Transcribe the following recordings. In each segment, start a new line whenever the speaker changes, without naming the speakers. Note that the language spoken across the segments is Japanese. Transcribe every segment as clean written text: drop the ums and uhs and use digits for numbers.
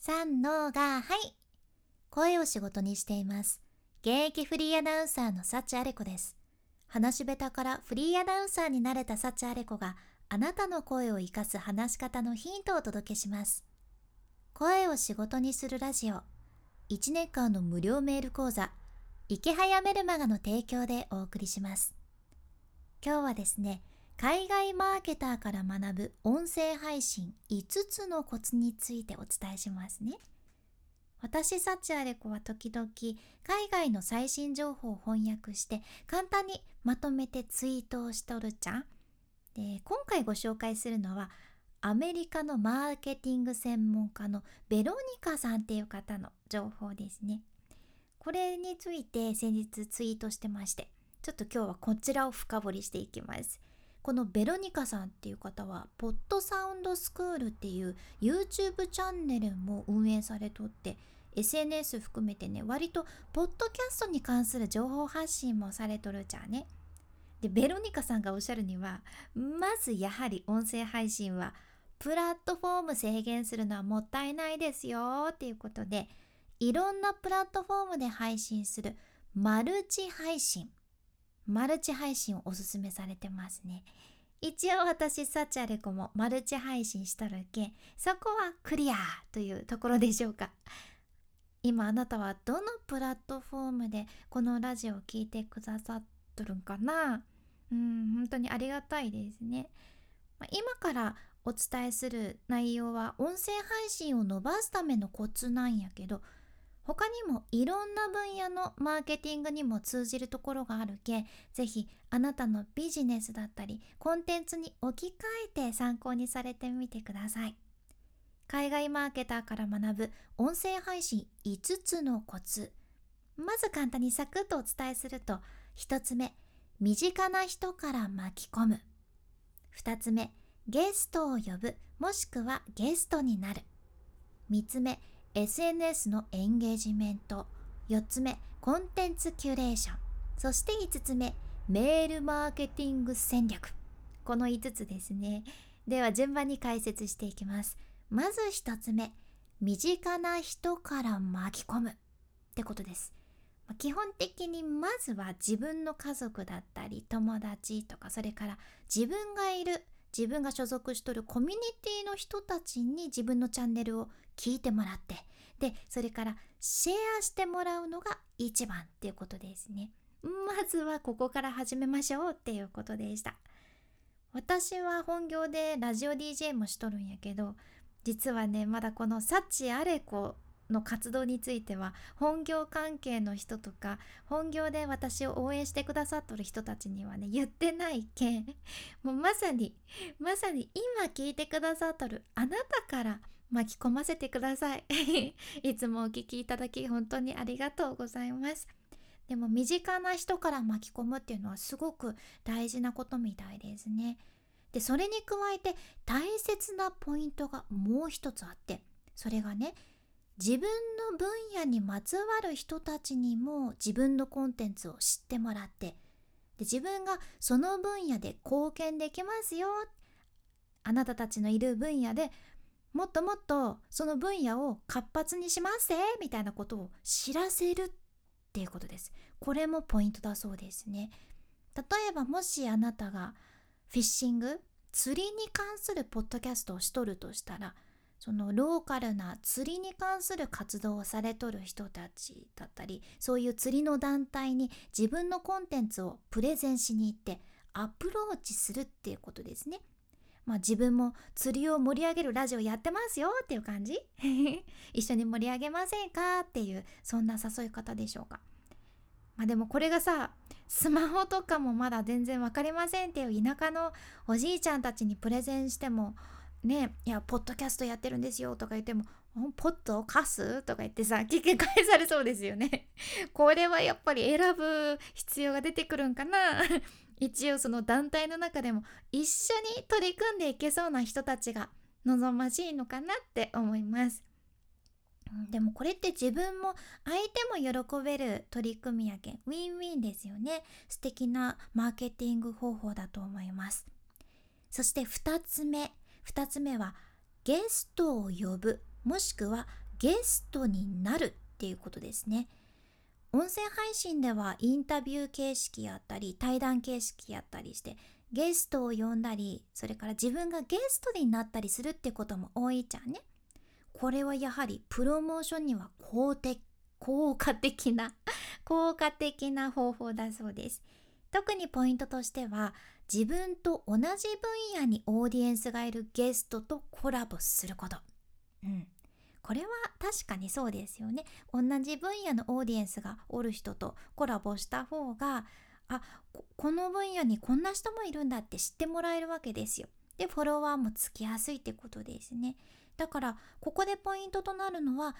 3のがはい。声を仕事にしています。現役フリーアナウンサーの幸あれ子です。話し下手からフリーアナウンサーになれた幸あれ子があなたの声を生かす話し方のヒントをお届けします。声を仕事にするラジオ。1年間の無料メール講座、池早メルマガの提供でお送りします。今日はですね、海外マーケターから学ぶ音声配信5つのコツについてお伝えしますね。私、幸あれ子は時々海外の最新情報を翻訳して簡単にまとめてツイートをしとるじゃん。で、今回ご紹介するのはアメリカのマーケティング専門家のベロニカさんっていう方の情報ですね。これについて先日ツイートしてまして、ちょっと今日はこちらを深掘りしていきます。このベロニカさんっていう方はポッドサウンドスクールっていう YouTube チャンネルも運営されとって、 SNS 含めてね、割とポッドキャストに関する情報発信もされとるじゃんね。で、ベロニカさんがおっしゃるには、まずやはり音声配信はプラットフォーム制限するのはもったいないですよっていうことで、いろんなプラットフォームで配信するマルチ配信をおすすめされてますね。一応私幸あれ子もマルチ配信しとるけん、そこはクリアというところでしょうか。今あなたはどのプラットフォームでこのラジオを聞いてくださっとるんかな。本当にありがたいですね。今からお伝えする内容は音声配信を伸ばすためのコツなんやけど、他にもいろんな分野のマーケティングにも通じるところがあるけ、ぜひあなたのビジネスだったりコンテンツに置き換えて参考にされてみてください。海外マーケターから学ぶ音声配信5つのコツ。まず簡単にサクッとお伝えすると、1つ目、身近な人から巻き込む。2つ目、ゲストを呼ぶもしくはゲストになる。3つ目、SNS のエンゲージメント。4つ目、コンテンツキュレーション。そして5つ目、メールマーケティング戦略。この5つですね。では順番に解説していきます。まず1つ目、身近な人から巻き込むってことです。基本的にまずは自分の家族だったり友達とか、それから自分が所属しとるコミュニティの人たちに自分のチャンネルを聞いてもらって、でそれからシェアしてもらうのが一番っていうことですね。まずはここから始めましょうっていうことでした。私は本業でラジオ DJ もしとるんやけど、実はね、まだこの幸あれ子の活動については本業関係の人とか本業で私を応援してくださっとる人たちにはね言ってないけん、もうまさに今聞いてくださっとるあなたから巻き込ませてくださいいつもお聞きいただき本当にありがとうございます。でも身近な人から巻き込むっていうのはすごく大事なことみたいですね。で、それに加えて大切なポイントがもう一つあって、それがね、自分の分野にまつわる人たちにも自分のコンテンツを知ってもらって、で自分がその分野で貢献できますよ、あなたたちのいる分野でもっともっとその分野を活発にしますみたいなことを知らせるっていうことです。これもポイントだそうですね。例えばもしあなたがフィッシング、釣りに関するポッドキャストをしとるとしたら、そのローカルな釣りに関する活動をされとる人たちだったり、そういう釣りの団体に自分のコンテンツをプレゼンしに行ってアプローチするっていうことですね。自分も釣りを盛り上げるラジオやってますよっていう感じ一緒に盛り上げませんかっていう、そんな誘い方でしょうか。でもこれがさ、スマホとかもまだ全然わかりませんっていう田舎のおじいちゃんたちにプレゼンしてもね、いやポッドキャストやってるんですよとか言っても、ポッドカスとか言ってさ、聞き返されそうですよねこれはやっぱり選ぶ必要が出てくるんかな一応その団体の中でも一緒に取り組んでいけそうな人たちが望ましいのかなって思います。でもこれって自分も相手も喜べる取り組みやけん、ウィンウィンですよね。素敵なマーケティング方法だと思います。そして2つ目はゲストを呼ぶもしくはゲストになるっていうことですね。音声配信ではインタビュー形式やったり対談形式やったりしてゲストを呼んだり、それから自分がゲストになったりするってことも多いじゃんね。これはやはりプロモーションには効果的な効果的な方法だそうです。特にポイントとしては、自分と同じ分野にオーディエンスがいるゲストとコラボすること。これは確かにそうですよね。同じ分野のオーディエンスがおる人とコラボした方が、この分野にこんな人もいるんだって知ってもらえるわけですよ。で、フォロワーもつきやすいってことですね。だからここでポイントとなるのは、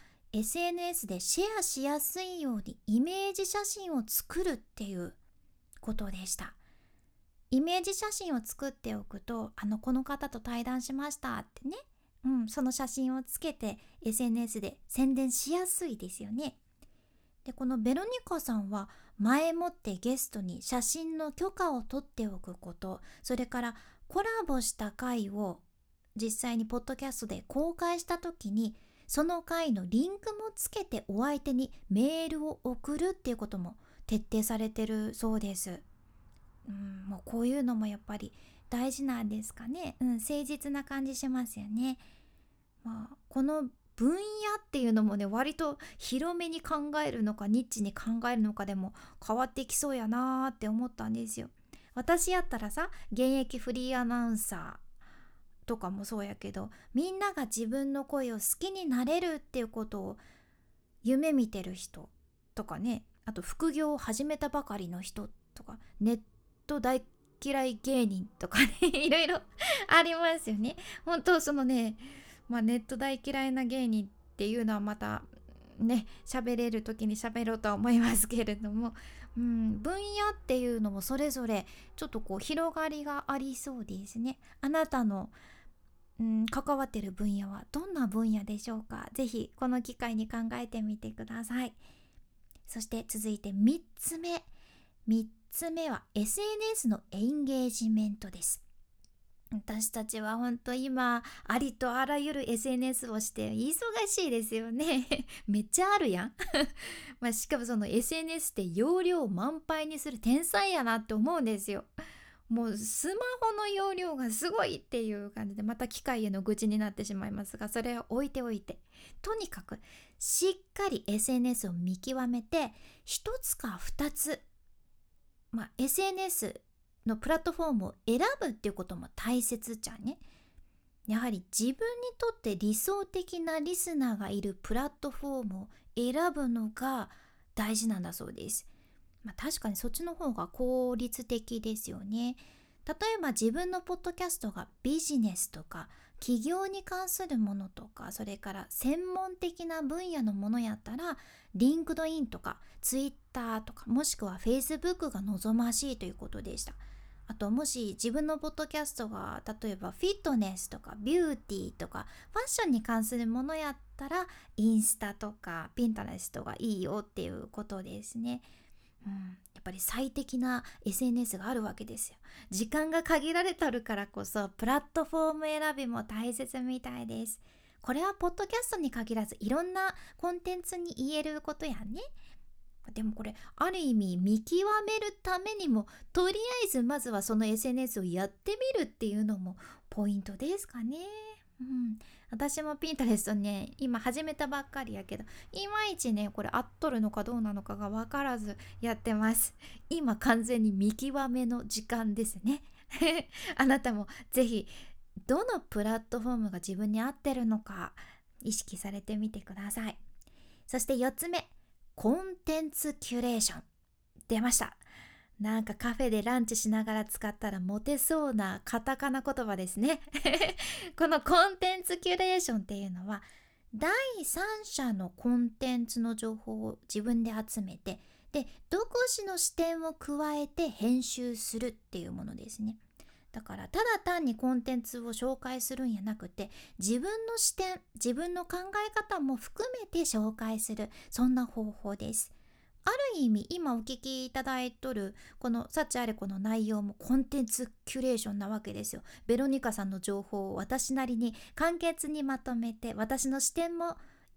SNS でシェアしやすいようにイメージ写真を作るっていうことでした。イメージ写真を作っておくと、この方と対談しましたってね、その写真をつけて SNS で宣伝しやすいですよね。で、このベロニカさんは前もってゲストに写真の許可を取っておくこと、それからコラボした回を実際にポッドキャストで公開した時に、その回のリンクもつけてお相手にメールを送るっていうことも徹底されてるそうです。もうこういうのもやっぱり大事なんですかね。誠実な感じしますよね。この分野っていうのもね、割と広めに考えるのかニッチに考えるのかでも変わってきそうやなーって思ったんですよ。私やったらさ、現役フリーアナウンサーとかもそうやけど、みんなが自分の声を好きになれるっていうことを夢見てる人とかね、あと副業を始めたばかりの人とか、ネット大嫌い芸人とかねいろいろありますよね。本当そのね、ネット大嫌いな芸人っていうのはまたね、喋れる時に喋ろうとは思いますけれども、分野っていうのもそれぞれちょっとこう広がりがありそうですね。あなたの関わっている分野はどんな分野でしょうか。ぜひこの機会に考えてみてください。そして続いて3つ目は SNS のエンゲージメントです。私たちは本当今ありとあらゆる SNS をして忙しいですよねめっちゃあるやんしかもその SNS って容量を満杯にする天才やなって思うんですよ。もうスマホの容量がすごいっていう感じで、また機械への愚痴になってしまいますが、それを置いておいて、とにかくしっかり SNS を見極めて、一つか二つ、SNS のプラットフォームを選ぶっていうことも大切じゃんね。やはり自分にとって理想的なリスナーがいるプラットフォームを選ぶのが大事なんだそうです。確かにそっちの方が効率的ですよね。例えば自分のポッドキャストがビジネスとか企業に関するものとか、それから専門的な分野のものやったら、リンクドインとかツイッターとか、もしくはフェイスブックが望ましいということでした。あと、もし自分のポッドキャストが例えばフィットネスとかビューティーとかファッションに関するものやったら、インスタとかピンタレストがいいよっていうことですね。やっぱり最適な SNS があるわけですよ。時間が限られてるからこそ、プラットフォーム選びも大切みたいです。これはポッドキャストに限らずいろんなコンテンツに言えることやんね。でもこれある意味見極めるためにも、とりあえずまずはその SNS をやってみるっていうのもポイントですかね。私もピンタレストね、今始めたばっかりやけど、いまいちね、これ合っとるのかどうなのかが分からずやってます。今完全に見極めの時間ですねあなたもぜひどのプラットフォームが自分に合ってるのか意識されてみてください。そして4つ目、コンテンツキュレーション。出ました。なんかカフェでランチしながら使ったらモテそうなカタカナ言葉ですねこのコンテンツキュレーションっていうのは、第三者のコンテンツの情報を自分で集めて、で独自の視点を加えて編集するっていうものですね。だからただ単にコンテンツを紹介するんやなくて、自分の視点、自分の考え方も含めて紹介する、そんな方法です。ある意味今お聞きいただいとるこの幸あれ子の内容もコンテンツキュレーションなわけですよ。ベロニカさんの情報を私なりに簡潔にまとめて、私の視点も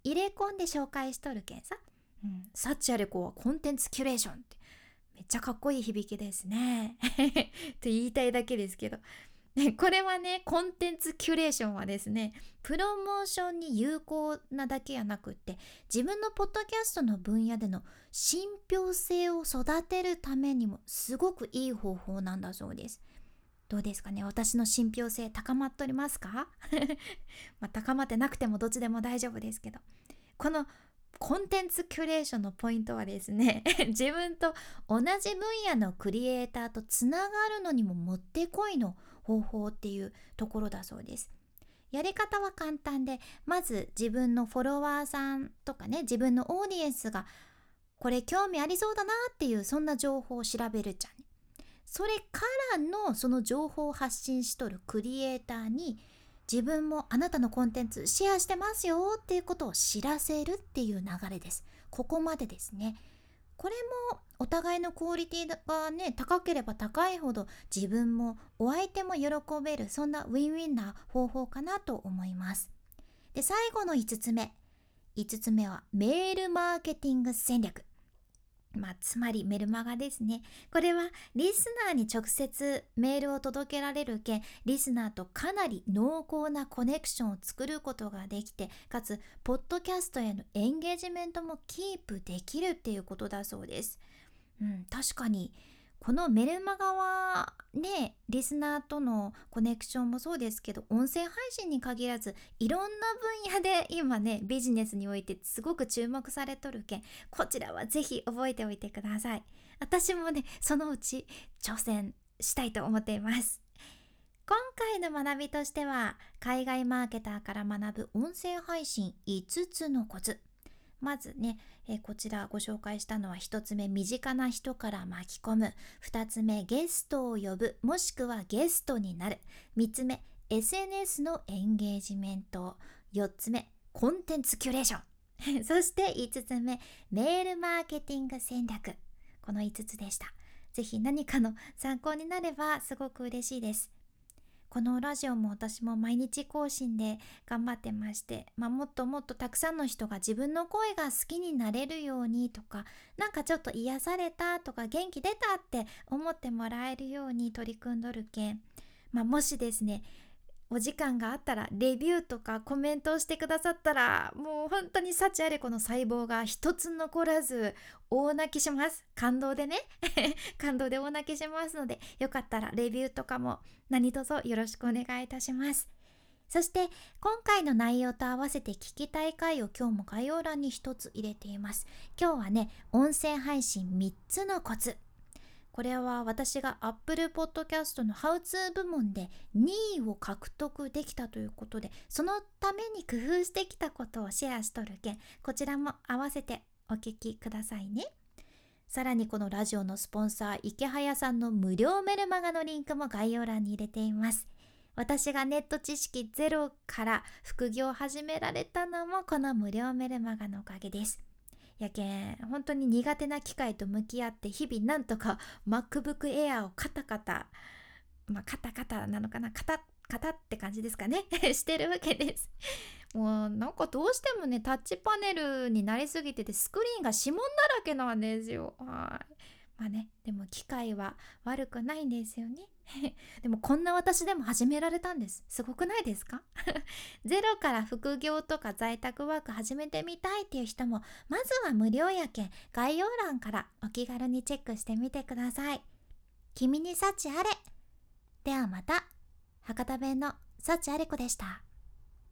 入れ込んで紹介しとるけんさ、幸あれ子はコンテンツキュレーションってめっちゃかっこいい響きですねと言いたいだけですけど、これはね、コンテンツキュレーションはですね、プロモーションに有効なだけやなくって、自分のポッドキャストの分野での信憑性を育てるためにもすごくいい方法なんだそうです。どうですかね、私の信憑性高まっておりますか高まってなくてもどっちでも大丈夫ですけど、このコンテンツキュレーションのポイントはですね自分と同じ分野のクリエイターとつながるのにももってこいの方法っていうところだそうです。やり方は簡単で、まず自分のフォロワーさんとかね、自分のオーディエンスがこれ興味ありそうだなっていう、そんな情報を調べるじゃん。それからのその情報を発信しとるクリエイターに、自分もあなたのコンテンツシェアしてますよっていうことを知らせるっていう流れです。ここまでですね。これもお互いのクオリティがね、高ければ高いほど自分もお相手も喜べる、そんなウィンウィンな方法かなと思います。で、最後の5つ目はメールマーケティング戦略。つまりメルマガですね。これはリスナーに直接メールを届けられるけん、リスナーとかなり濃厚なコネクションを作ることができて、かつポッドキャストへのエンゲージメントもキープできるっていうことだそうです。確かにこのメルマガはね、リスナーとのコネクションもそうですけど、音声配信に限らずいろんな分野で今ね、ビジネスにおいてすごく注目されとるけん、こちらはぜひ覚えておいてください。私もね、そのうち挑戦したいと思っています。今回の学びとしては、海外マーケターから学ぶ音声配信5つのコツ。まずね、こちらご紹介したのは、1つ目、身近な人から巻き込む。2つ目、ゲストを呼ぶ、もしくはゲストになる。3つ目、SNS のエンゲージメント。4つ目、コンテンツキュレーションそして5つ目、メールマーケティング戦略。この5つでした。ぜひ何かの参考になればすごく嬉しいです。このラジオも私も毎日更新で頑張ってまして、もっともっとたくさんの人が自分の声が好きになれるようにとか、なんかちょっと癒されたとか元気出たって思ってもらえるように取り組んどるけん、もしですね、お時間があったらレビューとかコメントをしてくださったら、もう本当に幸あれ子の細胞が一つ残らず大泣きします。感動でね感動で大泣きしますので、よかったらレビューとかも何卒よろしくお願いいたします。そして今回の内容と合わせて聞きたい回を今日も概要欄に一つ入れています。今日はね、音声配信3つのコツ。これは私が Apple Podcast の How To 部門で2位を獲得できたということで、そのために工夫してきたことをシェアしとるけん、こちらも合わせてお聞きくださいね。さらにこのラジオのスポンサー池早さんの無料メルマガのリンクも概要欄に入れています。私がネット知識ゼロから副業を始められたのもこの無料メルマガのおかげです。やけん本当に苦手な機械と向き合って、日々なんとか MacBook Air をカタカタなのかな、カタって感じですかねしてるわけです。もうなんかどうしてもね、タッチパネルになりすぎててスクリーンが指紋だらけなんですよ。でも機械は悪くないんですよねでもこんな私でも始められたんです。すごくないですかゼロから副業とか在宅ワーク始めてみたいっていう人も、まずは無料やけん概要欄からお気軽にチェックしてみてください。君に幸あれ。ではまた。博多弁の幸あれ子でした。